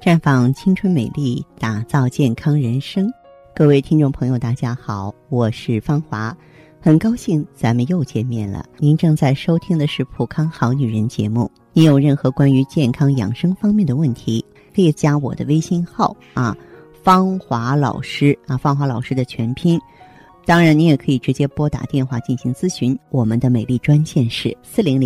绽放青春美丽，打造健康人生。各位听众朋友大家好，我是芳华，很高兴咱们又见面了。您正在收听的是普康好女人节目。您有任何关于健康养生方面的问题，可以加我的微信号芳华老师芳华老师的全拼。当然你也可以直接拨打电话进行咨询，我们的美丽专线是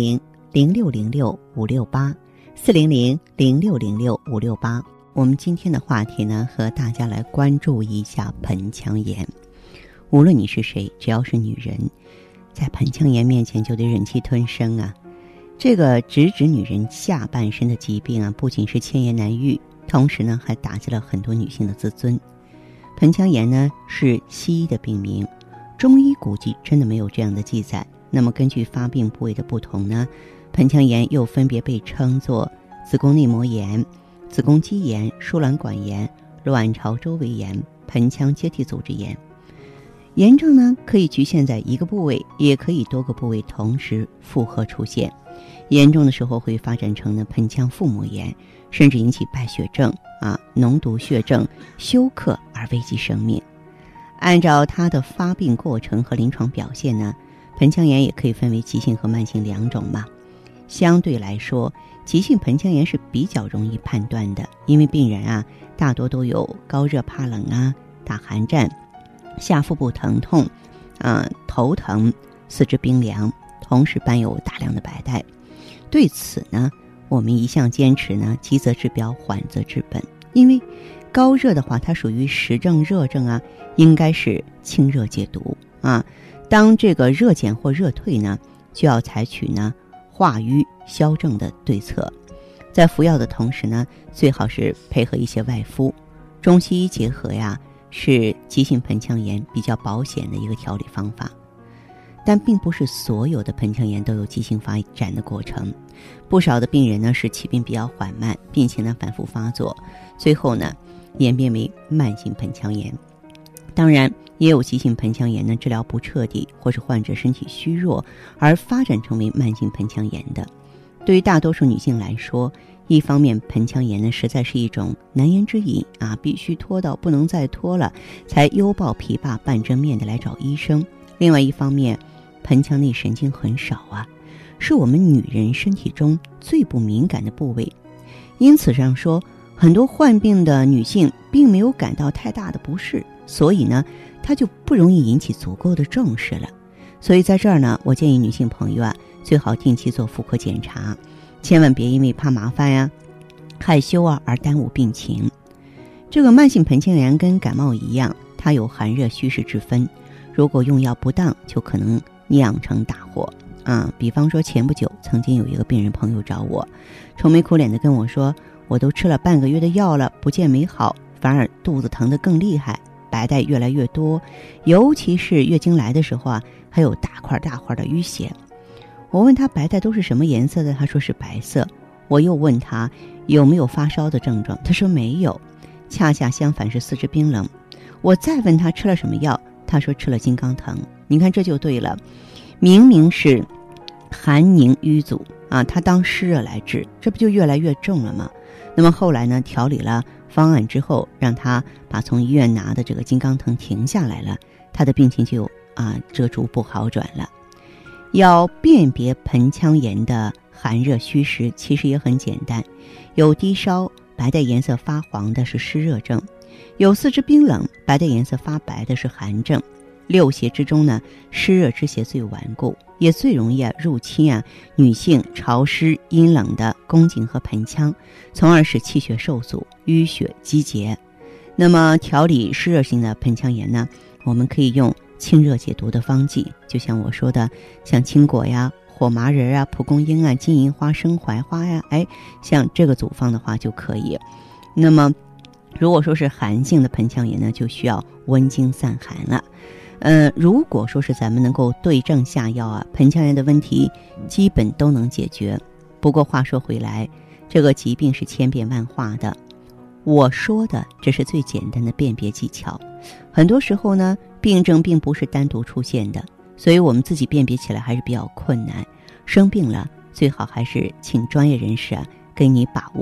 400-0606-568，400-0606-568。我们今天的话题呢，和大家来关注一下盆腔炎。无论你是谁，只要是女人，在盆腔炎面前就得忍气吞声啊。这个直指女人下半身的疾病啊，不仅是千言难愈，同时呢，还打击了很多女性的自尊。盆腔炎呢，是西医的病名，中医估计真的没有这样的记载。那么根据发病部位的不同呢，盆腔炎又分别被称作子宫内膜炎、子宫肌炎、输卵管炎、卵巢周围炎、盆腔结缔组织炎。炎症呢，可以局限在一个部位，也可以多个部位同时复合出现。严重的时候会发展成盆腔腹膜炎，甚至引起败血症脓毒血症，休克而危及生命。按照它的发病过程和临床表现呢，盆腔炎也可以分为急性和慢性两种嘛。相对来说，急性盆腔炎是比较容易判断的，因为病人大多都有高热怕冷打寒战、下腹部疼痛头疼、四肢冰凉，同时伴有大量的白带。对此呢，我们一向坚持呢，急则治标，缓则治本。因为高热的话，它属于实症热症应该是清热解毒当这个热减或热退呢，就要采取呢化瘀消症的对策。在服药的同时呢，最好是配合一些外敷，中西医结合是急性盆腔炎比较保险的一个调理方法。但并不是所有的盆腔炎都有急性发展的过程，不少的病人呢是起病比较缓慢，病情呢反复发作，最后呢演变为慢性盆腔炎。当然也有急性盆腔炎呢治疗不彻底，或是患者身体虚弱而发展成为慢性盆腔炎的。对于大多数女性来说，一方面盆腔炎呢实在是一种难言之隐必须拖到不能再拖了，才犹抱琵琶半遮面的来找医生。另外一方面，盆腔内神经很少是我们女人身体中最不敏感的部位，因此上说，很多患病的女性并没有感到太大的不适，所以呢，它就不容易引起足够的重视了。所以在这儿呢，我建议女性朋友最好定期做妇科检查，千万别因为怕麻烦害羞而耽误病情。这个慢性盆腔炎跟感冒一样，它有寒热虚实之分，如果用药不当，就可能酿成大祸比方说前不久曾经有一个病人朋友找我，愁眉苦脸的跟我说，我都吃了半个月的药了，不见没好，反而肚子疼得更厉害，白带越来越多，尤其是月经来的时候还有大块大块的淤血。我问他白带都是什么颜色的，他说是白色。我又问他有没有发烧的症状，他说没有，恰恰相反是四肢冰冷。我再问他吃了什么药，他说吃了金刚藤。你看这就对了，明明是寒凝瘀阻他当湿热来治，这不就越来越重了吗？那么后来呢，调理了方案之后，让他把从医院拿的这个金刚藤停下来了，他的病情就逐步好转了。要辨别盆腔炎的寒热虚实其实也很简单，有低烧白带颜色发黄的是湿热症，有四肢冰冷白带颜色发白的是寒症。六邪之中呢，湿热之邪最顽固，也最容易入侵女性潮湿阴冷的宫颈和盆腔，从而使气血受阻，淤血积结。那么调理湿热性的盆腔炎呢，我们可以用清热解毒的方剂，就像我说的，像清果火麻仁蒲公英金银花生槐花像这个组方的话就可以。那么如果说是寒性的盆腔炎呢，就需要温经散寒了。如果说是咱们能够对症下药盆腔炎的问题基本都能解决。不过话说回来，这个疾病是千变万化的，我说的这是最简单的辨别技巧。很多时候呢，病症并不是单独出现的，所以我们自己辨别起来还是比较困难。生病了，最好还是请专业人士跟你把握，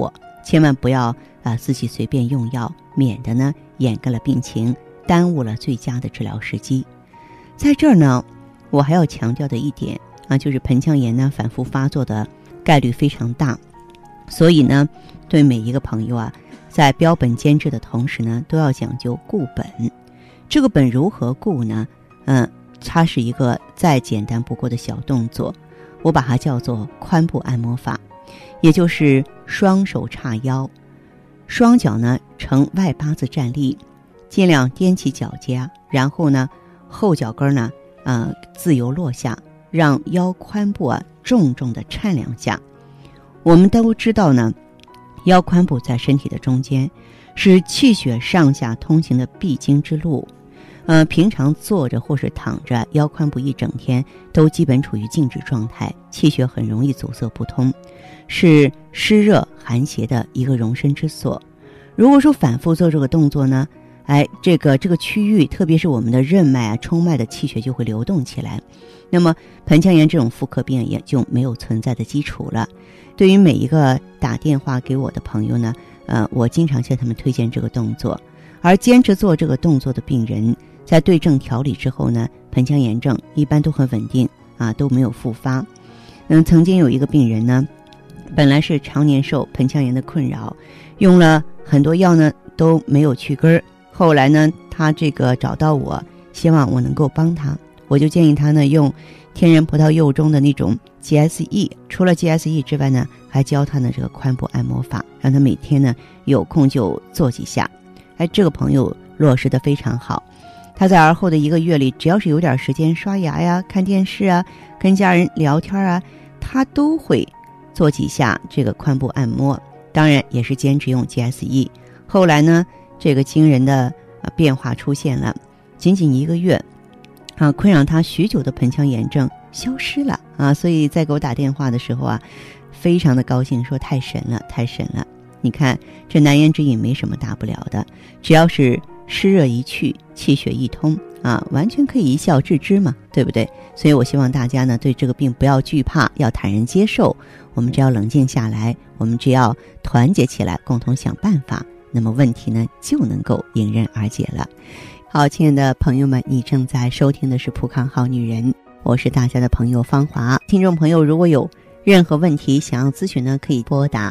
千万不要自己随便用药，免得呢掩盖了病情，耽误了最佳的治疗时机。在这儿呢，我还要强调的一点就是盆腔炎呢反复发作的概率非常大，所以呢，对每一个朋友在标本兼治的同时呢，都要讲究固本。这个本如何固呢？它是一个再简单不过的小动作，我把它叫做髋部按摩法，也就是双手叉腰，双脚呢呈外八字站立，尽量踮起脚尖，然后呢后脚跟呢自由落下，让腰髋部重重的颤两下。我们都知道呢，腰髋部在身体的中间，是气血上下通行的必经之路。平常坐着或是躺着，腰髋部一整天都基本处于静止状态，气血很容易阻塞不通，是湿热寒邪的一个容身之所。如果说反复做这个动作呢，这个区域，特别是我们的任脉冲脉的气血就会流动起来，那么盆腔炎这种妇科病也就没有存在的基础了。对于每一个打电话给我的朋友呢，我经常向他们推荐这个动作，而坚持做这个动作的病人，在对症调理之后呢，盆腔炎症一般都很稳定都没有复发。曾经有一个病人呢，本来是常年受盆腔炎的困扰，用了很多药呢都没有去根儿。后来呢，他找到我，希望我能够帮他，我就建议他呢用天然葡萄柚中的那种 GSE， 除了 GSE 之外呢，还教他呢这个髋部按摩法，让他每天呢有空就做几下。这个朋友落实得非常好。他在而后的1个月里，只要是有点时间刷牙呀、看电视跟家人聊天他都会做几下这个髋部按摩，当然也是坚持用 GSE。 后来呢，这个惊人的变化出现了，仅仅1个月困扰他许久的盆腔炎症消失了所以在给我打电话的时候非常的高兴，说太神了，太神了。你看这难言之隐没什么大不了的，只要是湿热一去，气血一通完全可以一笑置之嘛，对不对？所以我希望大家呢对这个病不要惧怕，要坦然接受。我们只要冷静下来，我们只要团结起来，共同想办法，那么问题呢就能够迎刃而解了。好，亲爱的朋友们，你正在收听的是普康好女人，我是大家的朋友芳华。听众朋友如果有任何问题想要咨询呢，可以拨打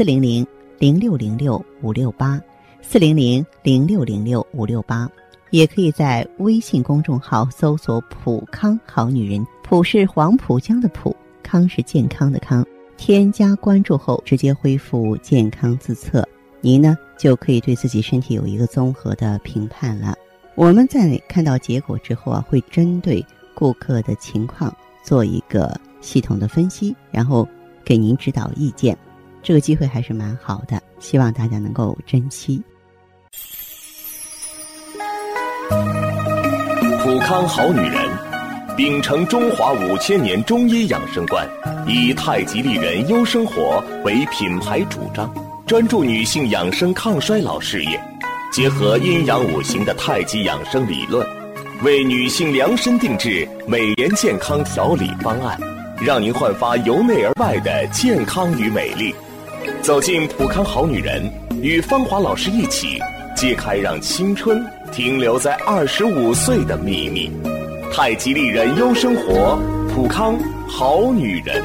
400-0606-568 400-0606-568，也可以在微信公众号搜索普康好女人，普是黄浦江的浦，康是健康的康，添加关注后直接恢复健康自测，您呢就可以对自己身体有一个综合的评判了。我们在看到结果之后会针对顾客的情况做一个系统的分析，然后给您指导意见，这个机会还是蛮好的，希望大家能够珍惜。 普康好女人秉承中华5000年中医养生观，以太极丽人优生活为品牌主张，专注女性养生抗衰老事业，结合阴阳五行的太极养生理论，为女性量身定制美颜健康调理方案，让您焕发由内而外的健康与美丽。走进普康好女人，与芳华老师一起揭开让青春停留在25岁的秘密。太极丽人优生活，普康好女人。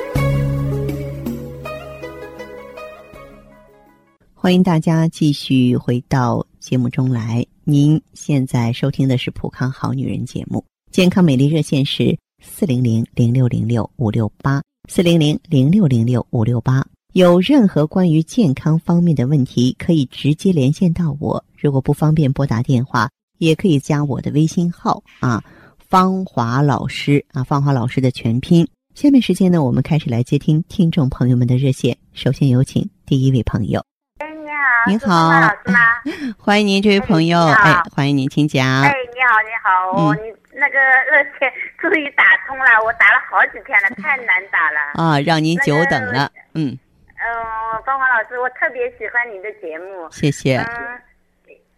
欢迎大家继续回到节目中来，您现在收听的是普康好女人节目，健康美丽热线是400-0606-568 400-0606-568。有任何关于健康方面的问题，可以直接连线到我，如果不方便拨打电话，也可以加我的微信号芳华老师芳华老师的全拼。下面时间呢，我们开始来接听听众朋友们的热线。首先有请第一位朋友。 你好， 您好， 老师吗？ 欢迎您这位朋友，欢迎您，请讲。 你好，你那个热线终于打通了，我打了好几天了，太难打了让您久等了。 芳华老师，我特别喜欢你的节目。 谢谢。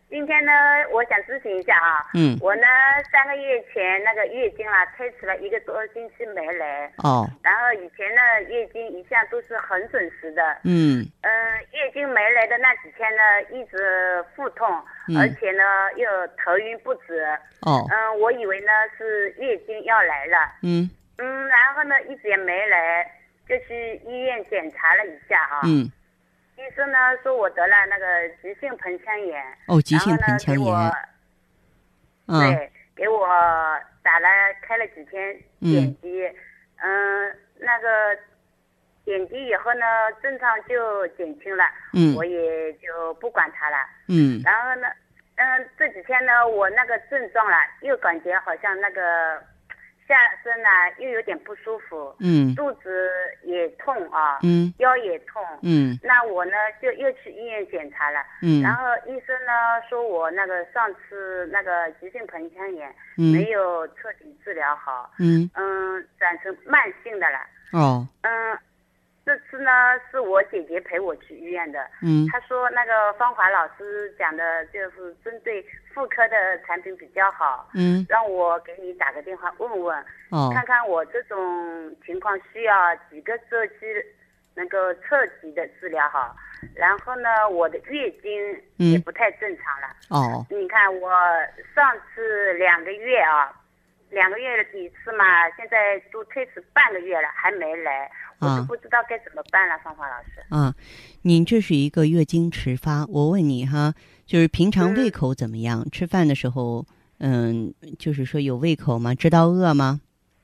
今天呢，我想咨询一下啊。我呢3个月前那个月经啦，推迟了1个多星期没来。然后以前呢，月经一向都是很准时的。月经没来的那几天呢，一直腹痛，而且呢又头晕不止。我以为呢是月经要来了。然后呢一直也没来，就去医院检查了一下啊。医生呢说我得了那个急性盆腔炎。 急性盆腔炎。 对，给我开了几天点滴。那个点滴以后呢，症状就减轻了。我也就不管它了。然后呢，这几天呢，我那个症状了，又感觉好像那个下身呢又有点不舒服。肚子也痛啊。腰也痛。那我呢就又去医院检查了。然后医生呢说我那个上次那个急性盆腔炎没有彻底治疗好。转成慢性的了。这次呢是我姐姐陪我去医院的。她说那个芳华老师讲的就是针对妇科的产品比较好。让我给你打个电话问问。看看我这种情况需要几个周期能够彻底的治疗好。然后呢，我的月经也不太正常了。你看我上次2个月啊，2个月一次嘛，现在都推迟半个月了，还没来。我就不知道该怎么办了，芳华老师。 您这是一个月经迟发，我问你哈，就是平常胃口怎么样？吃饭的时候，就是说有胃口吗？知道饿吗？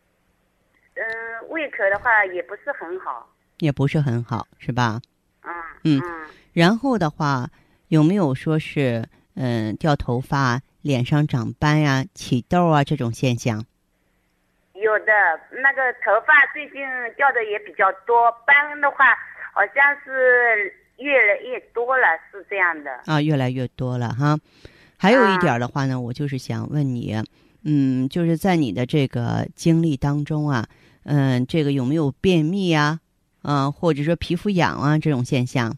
胃口的话也不是很好。 也不是很好，是吧？然后的话，有没有说是掉头发、脸上长斑呀、起痘啊这种现象？ 有的，那个头发最近掉的也比较多，斑的话好像是越来越多了，是这样的。 越来越多了哈。还有一点的话呢，我就是想问你，就是在你的这个经历当中啊，这个有没有便秘啊，或者说皮肤痒啊这种现象？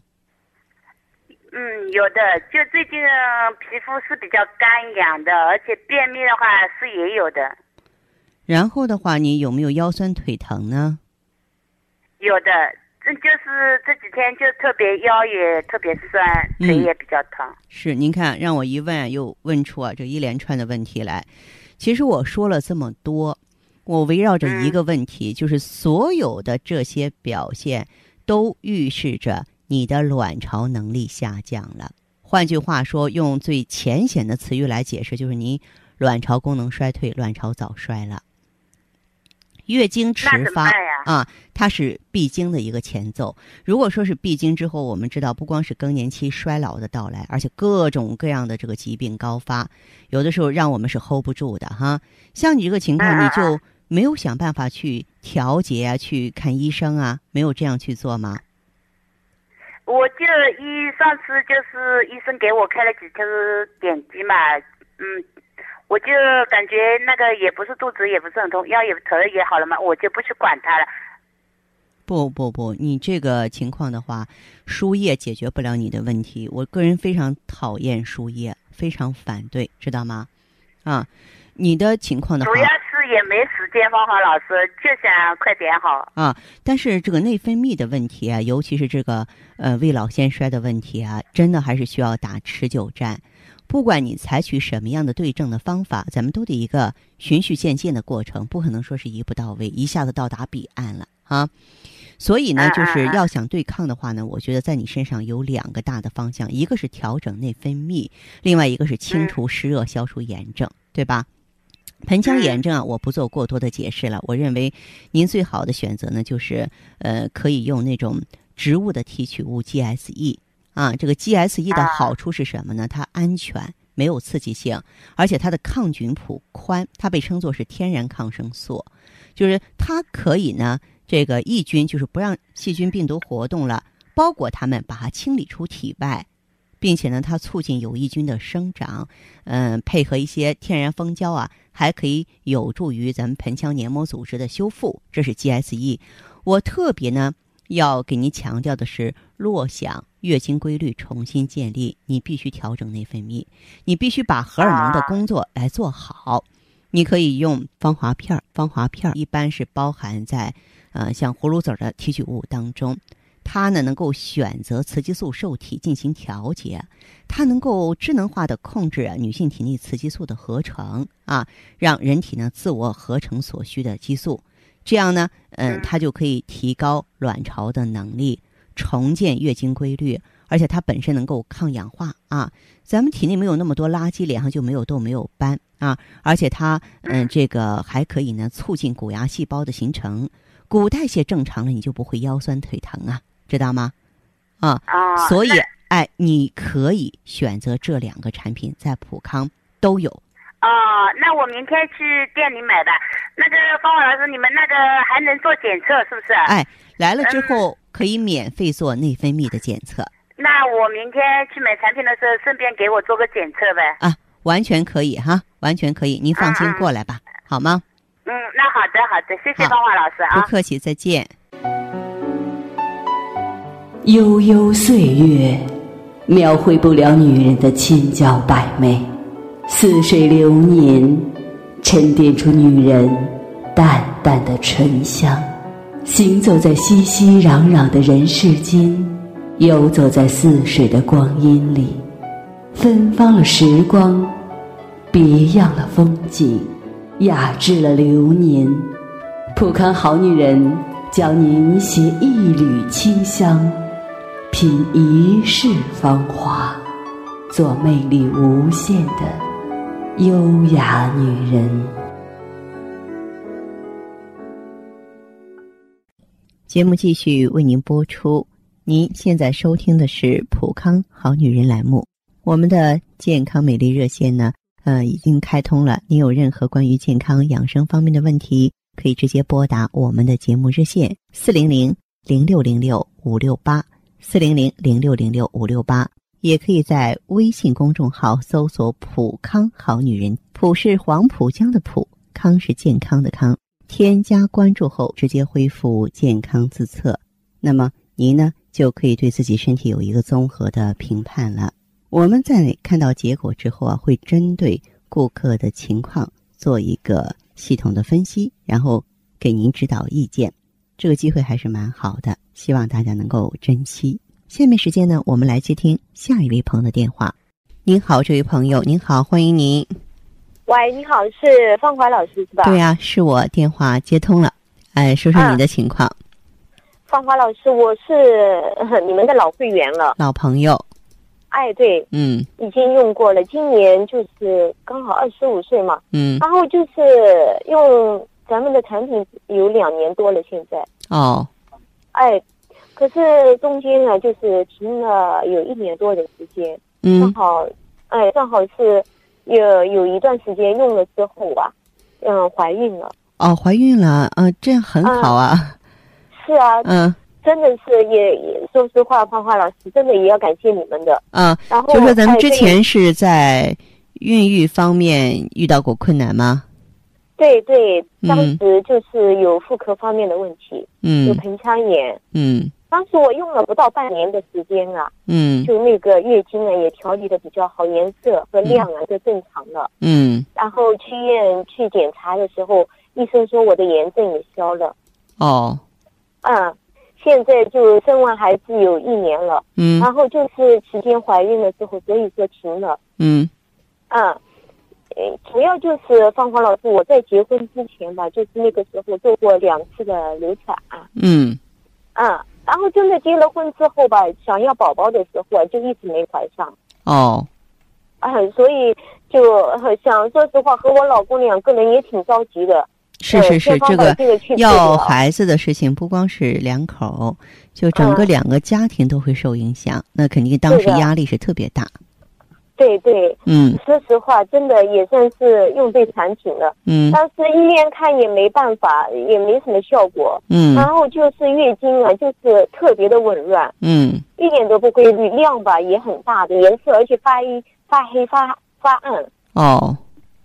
有的，就最近皮肤是比较干痒的，而且便秘的话是也有的。 然后的话，你有没有腰酸腿疼呢？ 有的，这就是这几天就特别腰也特别酸，腿也比较疼。 是，您看让我一问又问出这一连串的问题来。其实我说了这么多，我围绕着一个问题，就是所有的这些表现都预示着你的卵巢能力下降了。换句话说，用最浅显的词语来解释，就是你卵巢功能衰退，卵巢早衰了。月经迟发它是闭经的一个前奏。如果说是闭经之后，我们知道不光是更年期衰老的到来，而且各种各样的这个疾病高发，有的时候让我们是 hold 不住的哈。像你这个情况，你就没有想办法去调节啊，去看医生啊，没有这样去做吗？ 我就上次就是医生给我开了几次点滴嘛，我就感觉那个也不是肚子也不是很痛，腰也头也好了嘛，我就不去管它了。 不，你这个情况的话，输液解决不了你的问题。我个人非常讨厌输液，非常反对，知道吗？你的情况的话， 主要是也没时间，芳华老师就想快点好但是这个内分泌的问题啊，尤其是这个未老先衰的问题啊，真的还是需要打持久战。不管你采取什么样的对症的方法，咱们都得一个循序渐进的过程，不可能说是一步到位，一下子到达彼岸了所以呢，就是要想对抗的话呢，我觉得在你身上有2个大的方向，一个是调整内分泌，另外一个是清除湿热，消除炎症，对吧？盆腔炎症我不做过多的解释了。我认为您最好的选择呢，就是可以用那种植物的提取物 GSE。这个 GSE 的好处是什么呢？它安全，没有刺激性，而且它的抗菌谱宽，它被称作是天然抗生素，就是它可以呢，这个抑菌，就是不让细菌病毒活动了，包裹它们，把它清理出体外，并且呢，它促进有益菌的生长，配合一些天然蜂胶还可以有助于咱们盆腔黏膜组织的修复，这是 GSE。我特别呢要给您强调的是，洛想月经规律重新建立，你必须调整内分泌，你必须把荷尔蒙的工作来做好。你可以用芳华片一般是包含在像葫芦籽的提取物当中，它呢能够选择雌激素受体进行调节，它能够智能化的控制女性体内雌激素的合成让人体呢自我合成所需的激素，这样呢它就可以提高卵巢的能力，重建月经规律，而且它本身能够抗氧化咱们体内没有那么多垃圾，脸上就没有痘没有斑而且它这个还可以呢促进骨芽细胞的形成，骨代谢正常了，你就不会腰酸腿疼知道吗？所以你可以选择这2个产品，在普康都有。 那我明天去店里买的。那个芳华老师，你们那个还能做检测是不是？ 来了之后可以免费做内分泌的检测。 那我明天去买产品的时候，顺便给我做个检测呗。 完全可以完全可以，您放心过来吧，好吗？ 那好的，谢谢芳华老师不客气，再见。 悠悠岁月，描绘不了女人的千娇百媚；似水流年，沉淀出女人淡淡的醇香。行走在熙熙攘攘的人世间，游走在似水的光阴里，芬芳了时光，别样了风景，雅致了流年。普康好女人教您携一缕清香，品一世芳华，做魅力无限的优雅女人。 节目继续为您播出，您现在收听的是普康好女人栏目。我们的健康美丽热线呢已经开通了，您有任何关于健康养生方面的问题，可以直接拨打我们的节目热线400-0606-568 400-0606-568，也可以在微信公众号搜索普康好女人，普是黄浦江的浦，康是健康的康，添加关注后直接恢复健康自测，那么您呢就可以对自己身体有一个综合的评判了。我们在看到结果之后会针对顾客的情况做一个系统的分析，然后给您指导意见，这个机会还是蛮好的，希望大家能够珍惜。下面时间呢，我们来接听下一位朋友的电话。您好，这位朋友，您好，欢迎您。 喂，你好，是芳华老师是吧？ 对是我电话接通了。说说你的情况。 芳华老师，我是你们的老会员了， 老朋友。 对，已经用过了，今年就是刚好25岁嘛，然后就是用咱们的产品有2年多了，现在。可是中间呢，就是停了有1年多的时间，正好是有一段时间用了之后怀孕了。 怀孕了这样很好啊。 是啊，真的是也说实话，芳华老师真的也要感谢你们的。然后就说咱们之前是在孕育方面遇到过困难吗？ 对，当时就是有妇科方面的问题，有盆腔炎。当时我用了不到半年的时间就那个月经也调理的比较好，颜色和量都正常了。然后去医院去检查的时候，医生说我的炎症也消了。现在就生完孩子有1年了。然后就是期间怀孕了之后，所以说停了。主要就是芳华老师，我在结婚之前吧，就是那个时候做过2次的流产。然后真的结了婚之后吧，想要宝宝的时候就一直没怀上。所以就想说实话，和我老公2个人也挺着急的。 是，这个要孩子的事情不光是2口，就整个2个家庭都会受影响，那肯定当时压力是特别大。 对，说实话，真的也算是用对产品了。但是医院看也没办法，也没什么效果。然后就是月经就是特别的紊乱。一点都不规律，量吧也很大的颜色，而且发黑发暗。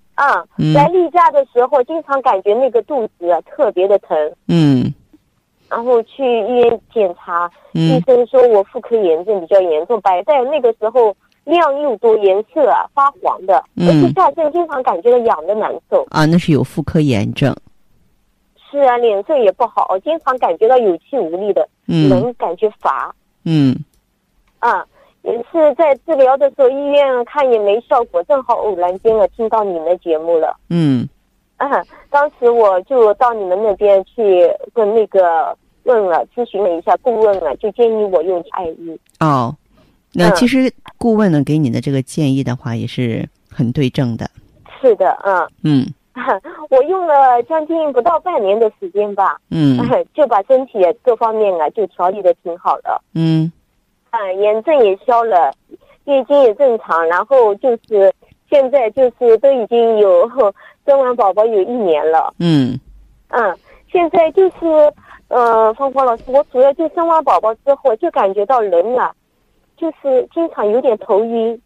来例假的时候，经常感觉那个肚子特别的疼。 然后去医院检查，医生说我妇科炎症比较严重，白带那个时候量又多，颜色发黄的，而且下身经常感觉到痒的难受。 啊，那是有妇科炎症。 是啊，脸色也不好，经常感觉到有气无力的，人感觉乏。也是在治疗的时候，医院看也没效果，正好偶然间听到你们的节目了。当时我就到你们那边去跟那个咨询了一下，顾问就建议我用爱玉。 那其实顾问呢给你的这个建议的话，也是很对症的。 是的，我用了将近不到半年的时间吧，就把身体各方面就调理的挺好的。炎症也消了，月经也正常，然后就是现在就是都已经有生完宝宝有1年了。现在就是芳华老师，我主要就生完宝宝之后就感觉到人就是经常有点头晕。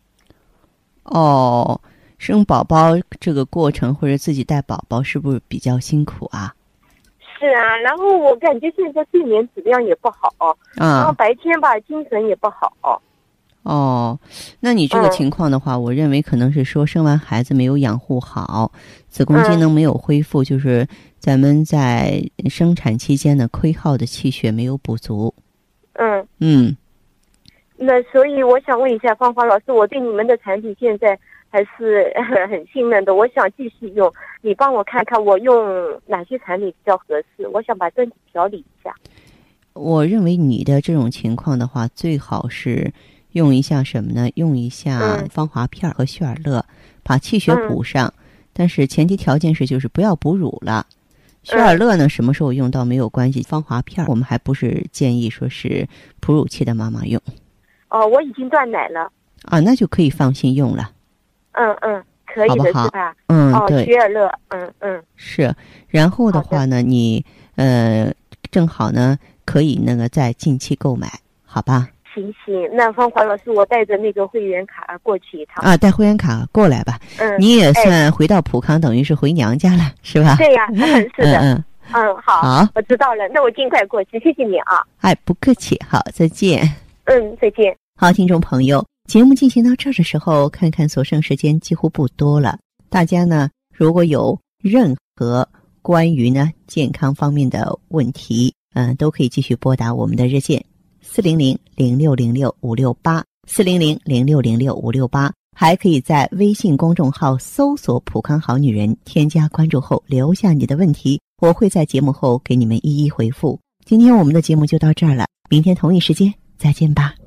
生宝宝这个过程或者自己带宝宝是不是比较辛苦啊？ 是啊，然后我感觉现在睡眠质量也不好，然后白天吧精神也不好。 那你这个情况的话，我认为可能是说生完孩子没有养护好，子宫机能没有恢复，就是咱们在生产期间的亏耗的气血没有补足。 那所以我想问一下芳华老师，我对你们的产品现在还是很信任的，我想继续用，你帮我看看我用哪些产品比较合适，我想把身体调理一下。 我认为你的这种情况的话，最好是用一下什么呢？用一下芳华片和血尔乐，把气血补上。但是前提条件是就是不要哺乳了。血尔乐呢，什么时候用到没有关系，芳华片我们还不是建议说是哺乳期的妈妈用。 我已经断奶了。 那就可以放心用了。 可以的，好是吧？ 对， 血尔乐， 是。然后的话呢，你正好呢可以在近期购买，好吧？ 行，那芳华老师，我带着那个会员卡过去一趟。 带会员卡过来吧。你也算回到普康，等于是回娘家了，是吧？ 对呀，是的。好，我知道了，那我尽快过去，谢谢你啊。 不客气，好，再见。 再见。 好，听众朋友，节目进行到这儿的时候，看看所剩时间几乎不多了。大家呢，如果有任何关于健康方面的问题，都可以继续拨打我们的热线400-0606-568，400-0606-568，还可以在微信公众号搜索普康好女人，添加关注后留下你的问题，我会在节目后给你们一一回复。今天我们的节目就到这儿了，明天同一时间再见吧。